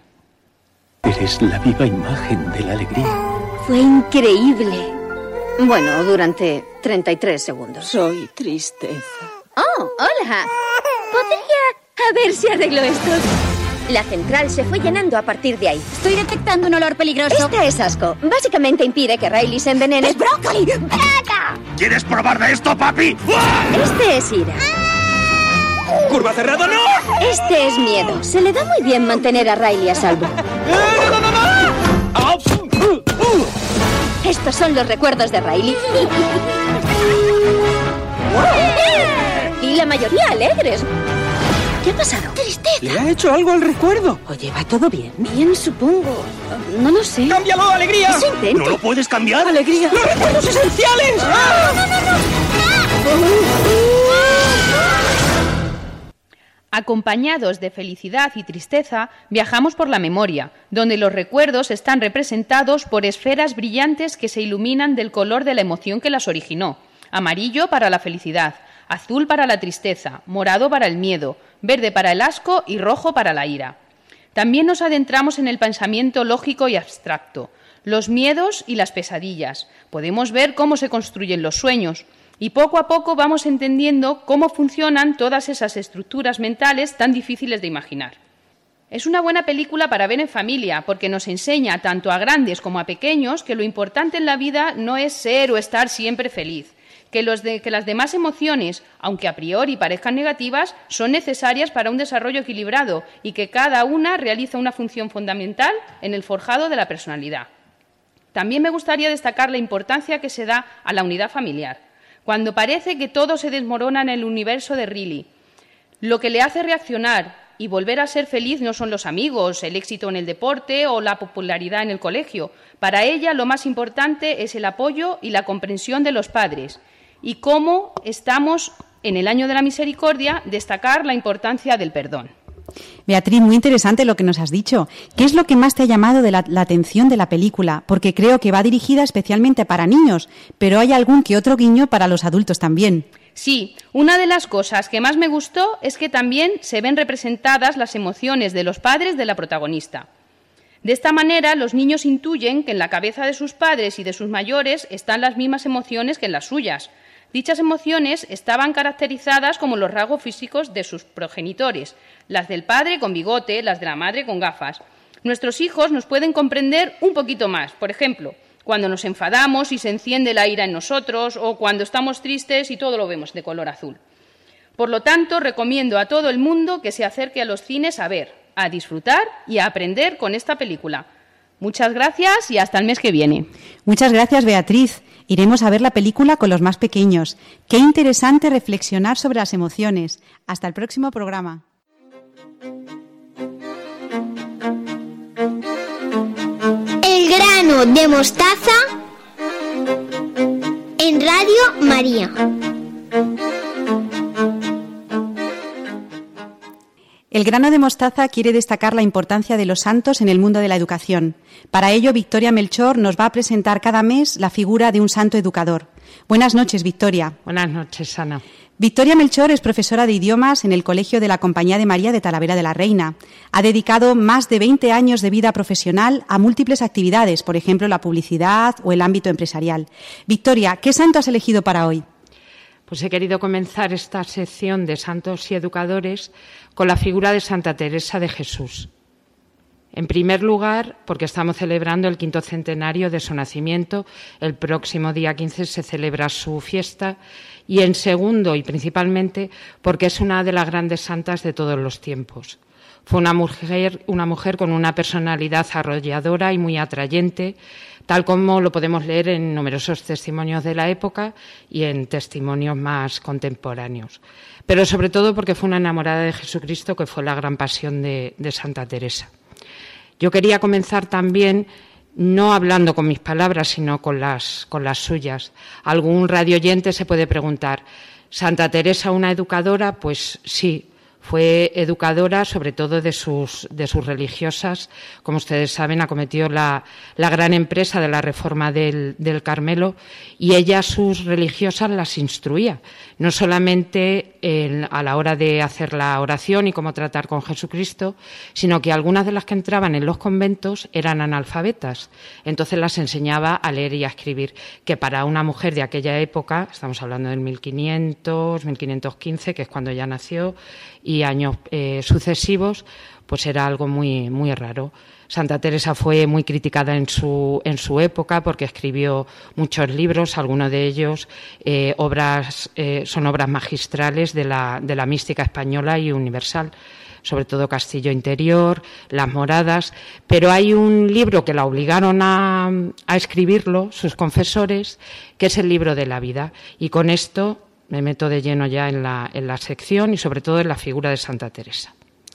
Eres la viva imagen de la alegría. Fue increíble. Bueno, durante treinta y tres segundos. Soy tristeza. Oh, hola. ¿Podría... a ver si arreglo esto? La central se fue llenando a partir de ahí. Estoy detectando un olor peligroso. Este es asco. Básicamente impide que Riley se envenene. ¡Es brócoli! ¡Braga! ¿Quieres probar de esto, papi? Este es ira. ¡Curva cerrada, no! Este es miedo. Se le da muy bien mantener a Riley a salvo. ¡No, no, no, no! Estos son los recuerdos de Riley. Y la mayoría alegres. ¿Qué ha pasado? ¡Tristeza! ¿Le ha hecho algo al recuerdo? Oye, ¿va todo bien? Bien, supongo. No lo sé. ¡Cámbialo, alegría! Eso intento. ¿No lo puedes cambiar? ¡Alegría! ¡Los recuerdos esenciales! ¡No, no, no! ¡No! Acompañados de felicidad y tristeza, viajamos por la memoria, donde los recuerdos están representados por esferas brillantes que se iluminan del color de la emoción que las originó. Amarillo para la felicidad, azul para la tristeza, morado para el miedo, verde para el asco y rojo para la ira. También nos adentramos en el pensamiento lógico y abstracto, los miedos y las pesadillas. Podemos ver cómo se construyen los sueños. Y poco a poco vamos entendiendo cómo funcionan todas esas estructuras mentales tan difíciles de imaginar. Es una buena película para ver en familia, porque nos enseña tanto a grandes como a pequeños que lo importante en la vida no es ser o estar siempre feliz, que, los de, que las demás emociones, aunque a priori parezcan negativas, son necesarias para un desarrollo equilibrado y que cada una realiza una función fundamental en el forjado de la personalidad. También me gustaría destacar la importancia que se da a la unidad familiar. Cuando parece que todo se desmorona en el universo de Riley, lo que le hace reaccionar y volver a ser feliz no son los amigos, el éxito en el deporte o la popularidad en el colegio. Para ella lo más importante es el apoyo y la comprensión de los padres. Y cómo estamos, en el año de la misericordia, destacar la importancia del perdón. Beatriz, muy interesante lo que nos has dicho. ¿Qué es lo que más te ha llamado de la, la atención de la película? Porque creo que va dirigida especialmente para niños, pero hay algún que otro guiño para los adultos también. Sí, una de las cosas que más me gustó es que también se ven representadas las emociones de los padres de la protagonista. De esta manera, los niños intuyen que en la cabeza de sus padres y de sus mayores están las mismas emociones que en las suyas. Dichas emociones estaban caracterizadas como los rasgos físicos de sus progenitores, las del padre con bigote, las de la madre con gafas. Nuestros hijos nos pueden comprender un poquito más, por ejemplo, cuando nos enfadamos y se enciende la ira en nosotros, o cuando estamos tristes y todo lo vemos de color azul. Por lo tanto, recomiendo a todo el mundo que se acerque a los cines a ver, a disfrutar y a aprender con esta película. Muchas gracias y hasta el mes que viene. Muchas gracias, Beatriz. Iremos a ver la película con los más pequeños. Qué interesante reflexionar sobre las emociones. Hasta el próximo programa. El grano de mostaza en Radio María. El grano de mostaza quiere destacar la importancia de los santos en el mundo de la educación. Para ello, Victoria Melchor nos va a presentar cada mes la figura de un santo educador. Buenas noches, Victoria. Buenas noches, Ana. Victoria Melchor es profesora de idiomas en el Colegio de la Compañía de María de Talavera de la Reina. Ha dedicado más de veinte años de vida profesional a múltiples actividades, por ejemplo, la publicidad o el ámbito empresarial. Victoria, ¿qué santo has elegido para hoy? Pues he querido comenzar esta sección de santos y educadores con la figura de Santa Teresa de Jesús. En primer lugar, porque estamos celebrando el quinto centenario de su nacimiento. El próximo día quince se celebra su fiesta. Y en segundo, y principalmente, porque es una de las grandes santas de todos los tiempos. Fue una mujer, una mujer con una personalidad arrolladora y muy atrayente, tal como lo podemos leer en numerosos testimonios de la época y en testimonios más contemporáneos. Pero sobre todo porque fue una enamorada de Jesucristo, que fue la gran pasión de, de Santa Teresa. Yo quería comenzar también no hablando con mis palabras, sino con las, con las suyas. Algún radioyente se puede preguntar, ¿Santa Teresa una educadora? Pues sí. Fue educadora, sobre todo de sus, de sus religiosas. Como ustedes saben, acometió la, la gran empresa de la reforma del, del Carmelo, y ella, sus religiosas, las instruía, no solamente en, a la hora de hacer la oración y cómo tratar con Jesucristo, sino que algunas de las que entraban en los conventos eran analfabetas. Entonces las enseñaba a leer y a escribir, que para una mujer de aquella época, estamos hablando del mil quinientos, mil quinientos quince, que es cuando ella nació, y años eh, sucesivos, pues era algo muy, muy raro. Santa Teresa fue muy criticada en su, en su época porque escribió muchos libros, algunos de ellos eh, obras, eh, son obras magistrales de la, de la mística española y universal, sobre todo Castillo Interior, Las Moradas, pero hay un libro que la obligaron a, a escribirlo, sus confesores, que es el libro de la vida, y con esto me meto de lleno ya en la, en la sección y sobre todo en la figura de Santa Teresa.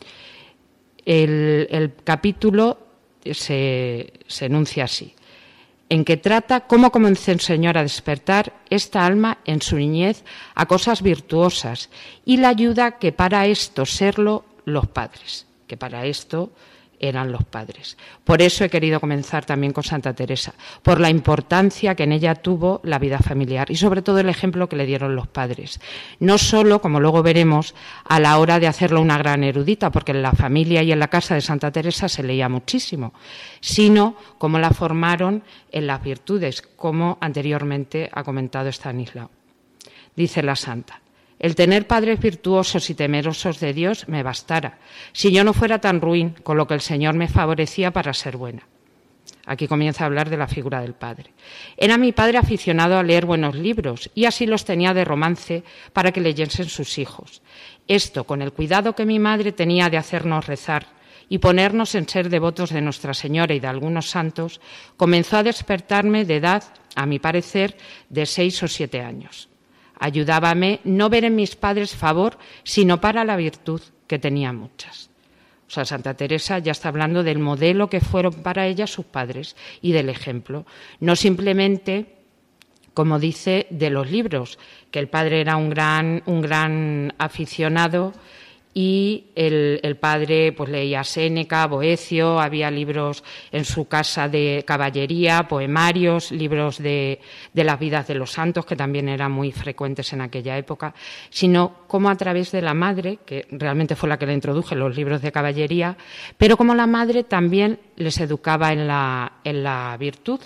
El, el capítulo se, se enuncia así, en que trata cómo comenzó el Señor a despertar esta alma en su niñez a cosas virtuosas y la ayuda que para esto serlo los padres, que para esto eran los padres. Por eso he querido comenzar también con Santa Teresa, por la importancia que en ella tuvo la vida familiar y sobre todo el ejemplo que le dieron los padres. No solo, como luego veremos, a la hora de hacerla una gran erudita, porque en la familia y en la casa de Santa Teresa se leía muchísimo, sino cómo la formaron en las virtudes, como anteriormente ha comentado Estanislao. Dice la santa: el tener padres virtuosos y temerosos de Dios me bastara, si yo no fuera tan ruin con lo que el Señor me favorecía para ser buena. Aquí comienza a hablar de la figura del padre. Era mi padre aficionado a leer buenos libros y así los tenía de romance para que leyesen sus hijos. Esto, con el cuidado que mi madre tenía de hacernos rezar y ponernos en ser devotos de Nuestra Señora y de algunos santos, comenzó a despertarme de edad, a mi parecer, de seis o siete años. Ayudábame no ver en mis padres favor, sino para la virtud, que tenía muchas. O sea, Santa Teresa ya está hablando del modelo que fueron para ella sus padres y del ejemplo. No simplemente, como dice, de los libros, que el padre era un gran, un gran aficionado y el, el padre pues leía Séneca, Boecio, había libros en su casa de caballería, poemarios, libros de, de las vidas de los santos, que también eran muy frecuentes en aquella época, sino como a través de la madre, que realmente fue la que le introduje los libros de caballería, pero como la madre también les educaba en la, en la virtud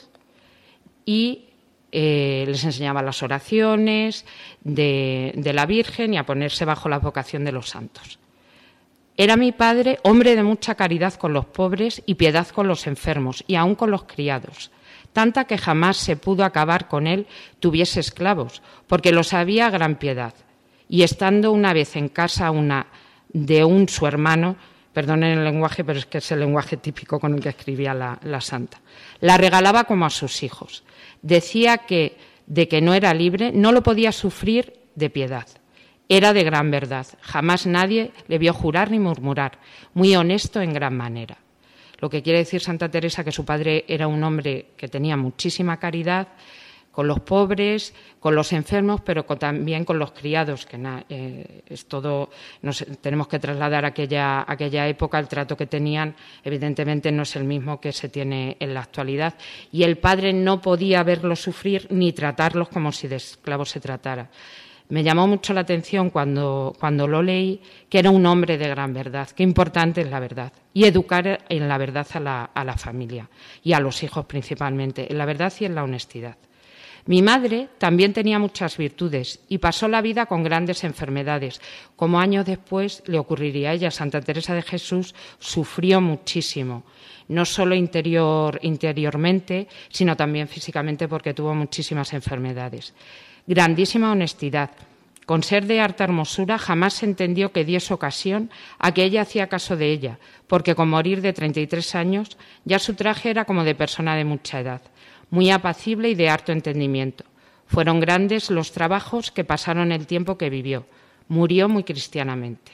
y Eh, les enseñaba las oraciones de, de la Virgen y a ponerse bajo la vocación de los santos. Era mi padre hombre de mucha caridad con los pobres y piedad con los enfermos y aun con los criados, tanta que jamás se pudo acabar con él tuviese esclavos, porque los había gran piedad. Y estando una vez en casa una de un su hermano, perdonen el lenguaje, pero es que es el lenguaje típico con el que escribía la, la santa, la regalaba como a sus hijos. Decía que de que no era libre no lo podía sufrir de piedad. Era de gran verdad. Jamás nadie le vio jurar ni murmurar. Muy honesto en gran manera. Lo que quiere decir Santa Teresa que su padre era un hombre que tenía muchísima caridad con los pobres, con los enfermos, pero con, también con los criados, que na, eh, es todo, nos, tenemos que trasladar a aquella, aquella época, el trato que tenían evidentemente no es el mismo que se tiene en la actualidad, y el padre no podía verlos sufrir ni tratarlos como si de esclavos se tratara. Me llamó mucho la atención cuando, cuando lo leí que era un hombre de gran verdad, qué importante es la verdad, y educar en la verdad a la, a la familia y a los hijos principalmente, en la verdad y en la honestidad. Mi madre también tenía muchas virtudes y pasó la vida con grandes enfermedades. Como años después le ocurriría a ella, Santa Teresa de Jesús sufrió muchísimo, no solo interior, interiormente, sino también físicamente porque tuvo muchísimas enfermedades. Grandísima honestidad. Con ser de harta hermosura jamás se entendió que diese ocasión a que ella hacía caso de ella, porque con morir de treinta y tres años ya su traje era como de persona de mucha edad. Muy apacible y de harto entendimiento. Fueron grandes los trabajos que pasaron el tiempo que vivió. Murió muy cristianamente.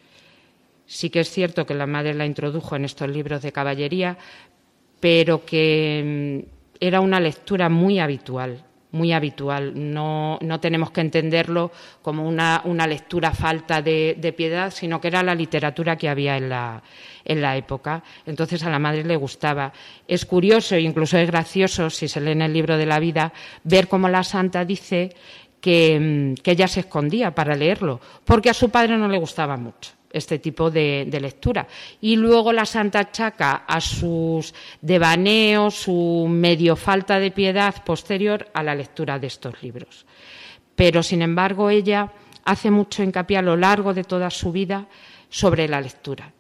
Sí que es cierto que la madre la introdujo en estos libros de caballería, pero que era una lectura muy habitual, muy habitual. No, no tenemos que entenderlo como una, una lectura falta de, de piedad, sino que era la literatura que había en la, en la época. Entonces a la madre le gustaba. Es curioso e incluso es gracioso, si se lee en el libro de la vida, ver cómo la santa dice que, que ella se escondía para leerlo, porque a su padre no le gustaba mucho este tipo de, de lectura. Y luego la santa achaca a sus devaneos, su medio falta de piedad posterior a la lectura de estos libros. Pero, sin embargo, ella hace mucho hincapié a lo largo de toda su vida sobre la lectura,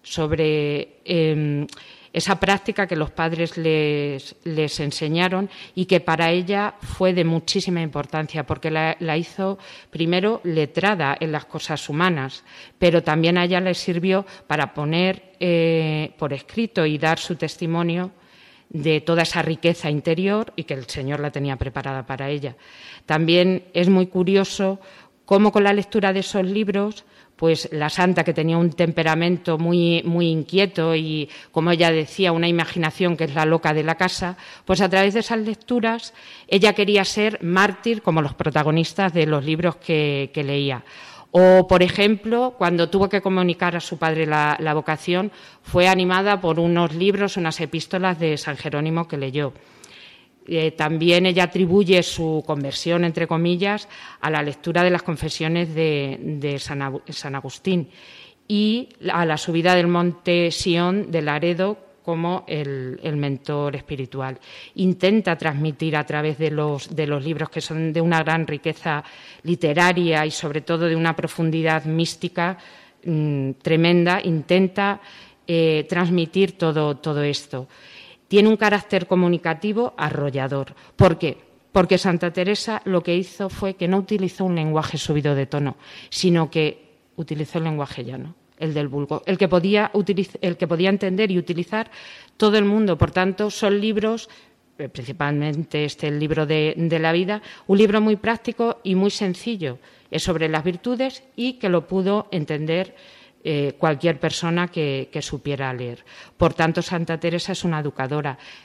sobre eh, esa práctica que los padres les, les enseñaron y que para ella fue de muchísima importancia, porque la, la hizo primero letrada en las cosas humanas, pero también a ella le sirvió para poner eh, por escrito y dar su testimonio de toda esa riqueza interior y que el Señor la tenía preparada para ella. También es muy curioso cómo con la lectura de esos libros, pues la santa, que tenía un temperamento muy, muy inquieto y, como ella decía, una imaginación que es la loca de la casa, pues a través de esas lecturas ella quería ser mártir como los protagonistas de los libros que, que leía. O, por ejemplo, cuando tuvo que comunicar a su padre la, la vocación, fue animada por unos libros, unas epístolas de San Jerónimo que leyó. Eh, también ella atribuye su conversión, entre comillas, a la lectura de las confesiones de, de San, San Agustín y a la subida del monte Sión de Laredo como el, el mentor espiritual. Intenta transmitir a través de los, de los libros, que son de una gran riqueza literaria y sobre todo de una profundidad mística mmm, tremenda, intenta eh, transmitir todo, todo esto. Tiene un carácter comunicativo arrollador. ¿Por qué? Porque Santa Teresa lo que hizo fue que no utilizó un lenguaje subido de tono, sino que utilizó el lenguaje llano, el del vulgo, el que podía, utiliz- el que podía entender y utilizar todo el mundo. Por tanto, son libros, principalmente este, el libro de, de la vida, un libro muy práctico y muy sencillo. Es sobre las virtudes y que lo pudo entender Eh, cualquier persona que, que supiera leer. Por tanto, Santa Teresa es una educadora.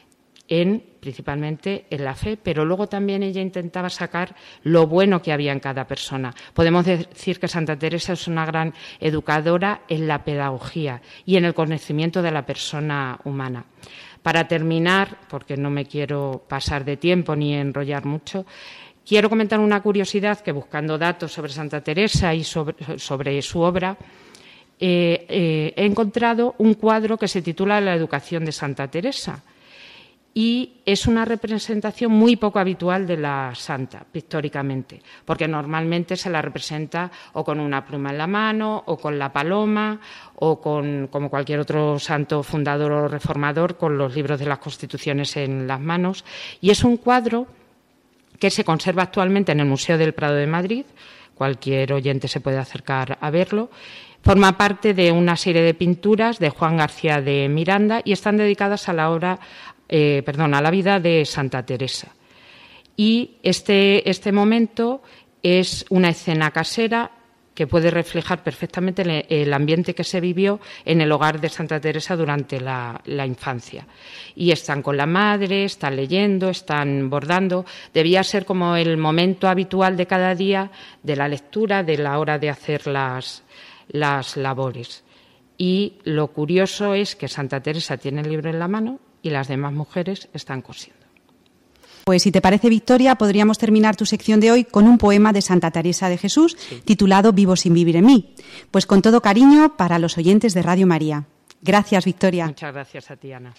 en principalmente en la fe, pero luego también ella intentaba sacar lo bueno que había en cada persona. Podemos decir que Santa Teresa es una gran educadora en la pedagogía y en el conocimiento de la persona humana. Para terminar, porque no me quiero pasar de tiempo ni enrollar mucho, quiero comentar una curiosidad que, buscando datos sobre Santa Teresa y sobre, sobre su obra, eh, eh, he encontrado un cuadro que se titula La educación de Santa Teresa. Y es una representación muy poco habitual de la santa, pictóricamente, porque normalmente se la representa o con una pluma en la mano, o con la paloma, o con, como cualquier otro santo fundador o reformador, con los libros de las Constituciones en las manos. Y es un cuadro que se conserva actualmente en el Museo del Prado de Madrid. Cualquier oyente se puede acercar a verlo. Forma parte de una serie de pinturas de Juan García de Miranda y están dedicadas a la obra Eh, perdón, a la vida de Santa Teresa. Y este, este momento es una escena casera que puede reflejar perfectamente el, el ambiente que se vivió en el hogar de Santa Teresa durante la, la infancia. Y están con la madre, están leyendo, están bordando. Debía ser como el momento habitual de cada día de la lectura, de la hora de hacer las, las labores. Y lo curioso es que Santa Teresa tiene el libro en la mano y las demás mujeres están cosiendo. Pues si te parece, Victoria, podríamos terminar tu sección de hoy con un poema de Santa Teresa de Jesús, sí, titulado Vivo sin vivir en mí. Pues con todo cariño para los oyentes de Radio María. Gracias, Victoria. Muchas gracias a ti, Ana.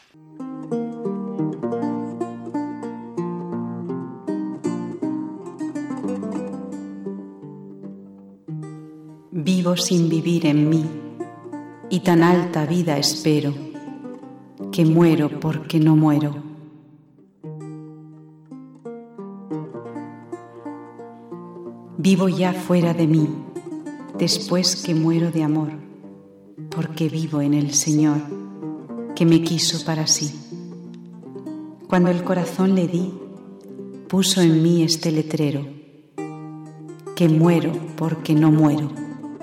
Vivo sin vivir en mí, y tan alta vida espero, que muero porque no muero. Vivo ya fuera de mí, después que muero de amor, porque vivo en el Señor, que me quiso para sí. Cuando el corazón le di, puso en mí este letrero, que muero porque no muero.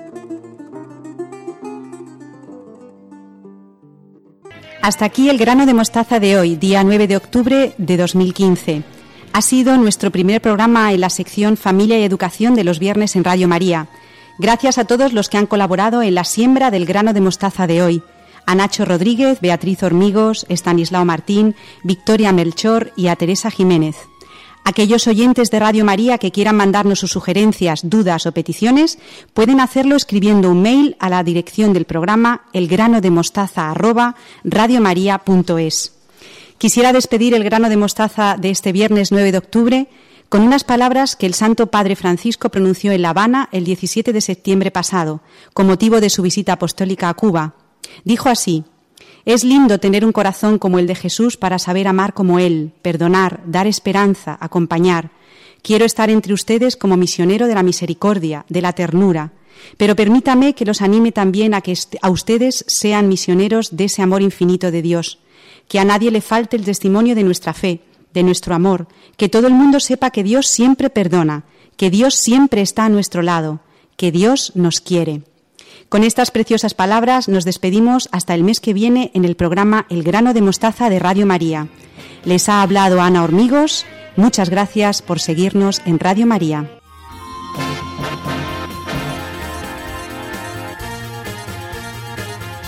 Hasta aquí el grano de mostaza de hoy, día nueve de octubre de dos mil quince. Ha sido nuestro primer programa en la sección Familia y Educación de los viernes en Radio María. Gracias a todos los que han colaborado en la siembra del grano de mostaza de hoy. A Nacho Rodríguez, Beatriz Hormigos, Estanislao Martín, Victoria Melchor y a Teresa Jiménez. Aquellos oyentes de Radio María que quieran mandarnos sus sugerencias, dudas o peticiones pueden hacerlo escribiendo un mail a la dirección del programa elgranodemostaza arroba radiomaria punto es. Quisiera despedir el grano de mostaza de este viernes nueve de octubre con unas palabras que el Santo Padre Francisco pronunció en La Habana el diecisiete de septiembre pasado, con motivo de su visita apostólica a Cuba. Dijo así: es lindo tener un corazón como el de Jesús para saber amar como Él, perdonar, dar esperanza, acompañar. Quiero estar entre ustedes como misionero de la misericordia, de la ternura. Pero permítame que los anime también a que a ustedes sean misioneros de ese amor infinito de Dios. Que a nadie le falte el testimonio de nuestra fe, de nuestro amor. Que todo el mundo sepa que Dios siempre perdona, que Dios siempre está a nuestro lado, que Dios nos quiere. Con estas preciosas palabras nos despedimos hasta el mes que viene en el programa El grano de mostaza de Radio María. Les ha hablado Ana Hormigos. Muchas gracias por seguirnos en Radio María.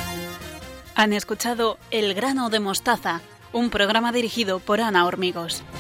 Han escuchado El grano de mostaza, un programa dirigido por Ana Hormigos.